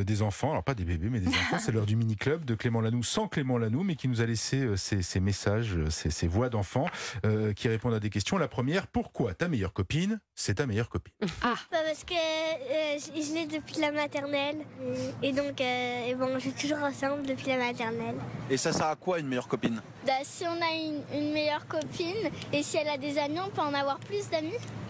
des enfants, alors pas des bébés, mais des enfants. C'est l'heure du mini-club de Clément Lanoux, sans Clément Lanoux, mais qui nous a laissé ces messages, ces voix d'enfants qui répondent à des questions. La première, pourquoi ta meilleure copine, c'est ta meilleure copine? Parce que je l'ai depuis la maternelle. Et donc, on joue toujours ensemble depuis la maternelle. Et ça sert à quoi une meilleure copine? Si on a une meilleure copine et si elle a des amis, on peut en avoir plus d'amis.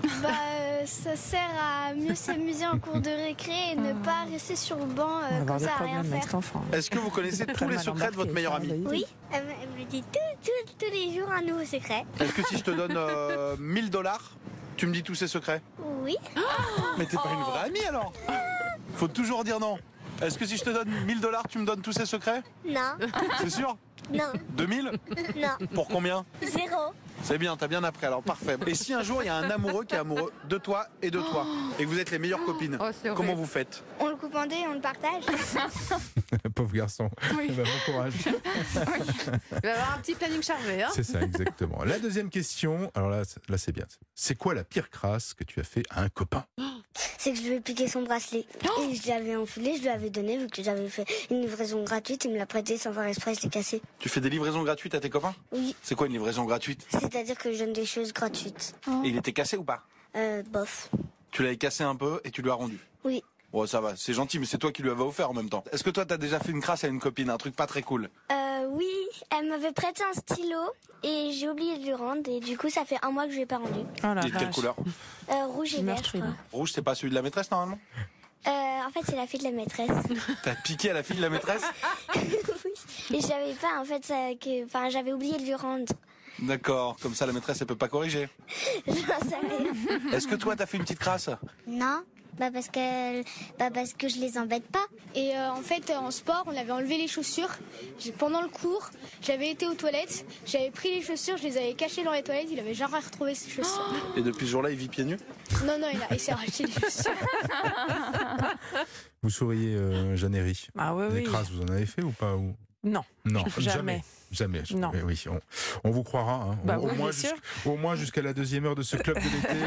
Ça sert à mieux s'amuser en cours de récré et ne pas rester sur le banc comme ça à rien faire. Est-ce que vous connaissez tous les secrets de votre meilleure amie? Oui, elle me dit tous les jours un nouveau secret. Est-ce que si je te donne 1000 $, tu me dis tous ces secrets? Oui. Mais t'es pas une vraie amie alors? Faut toujours dire non. Est-ce que si je te donne 1000 $, tu me donnes tous ces secrets? Non. C'est sûr? Non. 2000? Non. Pour combien? 0. C'est bien, t'as bien appris alors, parfait. Et si un jour il y a un amoureux qui est amoureux de toi et de toi, et que vous êtes les meilleures copines, comment vous faites? On le coupe en deux et on le partage. Pauvre garçon. Oui. Bon courage. Il va avoir un petit planning chargé. Hein, C'est ça, exactement. La deuxième question, alors là c'est bien. C'est quoi la pire crasse que tu as fait à un copain? C'est que je lui ai piqué son bracelet. Et je l'avais enfilé, je lui avais donné, vu que j'avais fait une livraison gratuite, il me l'a prêté sans faire exprès, je l'ai cassé. Tu fais des livraisons gratuites à tes copains? Oui, C'est quoi une livraison gratuite? c'est-à-dire que je donne des choses gratuites. Et il était cassé ou pas? Bof. Tu l'avais cassé un peu et tu lui as rendu? Oui. Bon, ça va, c'est gentil, mais c'est toi qui lui avais offert en même temps. Est-ce que toi, t'as déjà fait une crasse à une copine, un truc pas très cool? Oui, elle m'avait prêté un stylo et j'ai oublié de lui rendre et du coup ça fait un mois que je l'ai pas rendu. Oh la Il est de quelle vache. couleur? Rouge et vert, je crois. Rouge, c'est pas celui de la maîtresse normalement? En fait, c'est la fille de la maîtresse. T'as piqué à la fille de la maîtresse? Et je savais pas, en fait, j'avais oublié de lui rendre. D'accord, comme ça la maîtresse elle peut pas corriger. J'en savais. Est-ce que toi t'as fait une petite crasse? Non, parce que je les embête pas. Et en fait, en sport, on avait enlevé les chaussures. Pendant le cours, j'avais été aux toilettes, j'avais pris les chaussures, je les avais cachées dans les toilettes, il avait jamais retrouvé ses chaussures. Et depuis ce jour-là il vit pieds nus? Non, il s'est racheté les chaussures. Vous souriez, Jeannery. Ah oui, Des oui. crasses, vous en avez fait ou pas ou... Non. Non, Jamais. Jamais. Non. Oui, on vous croira. Hein. Bah au, oui, moins bien sûr. au moins jusqu'à la deuxième heure de ce club de l'été.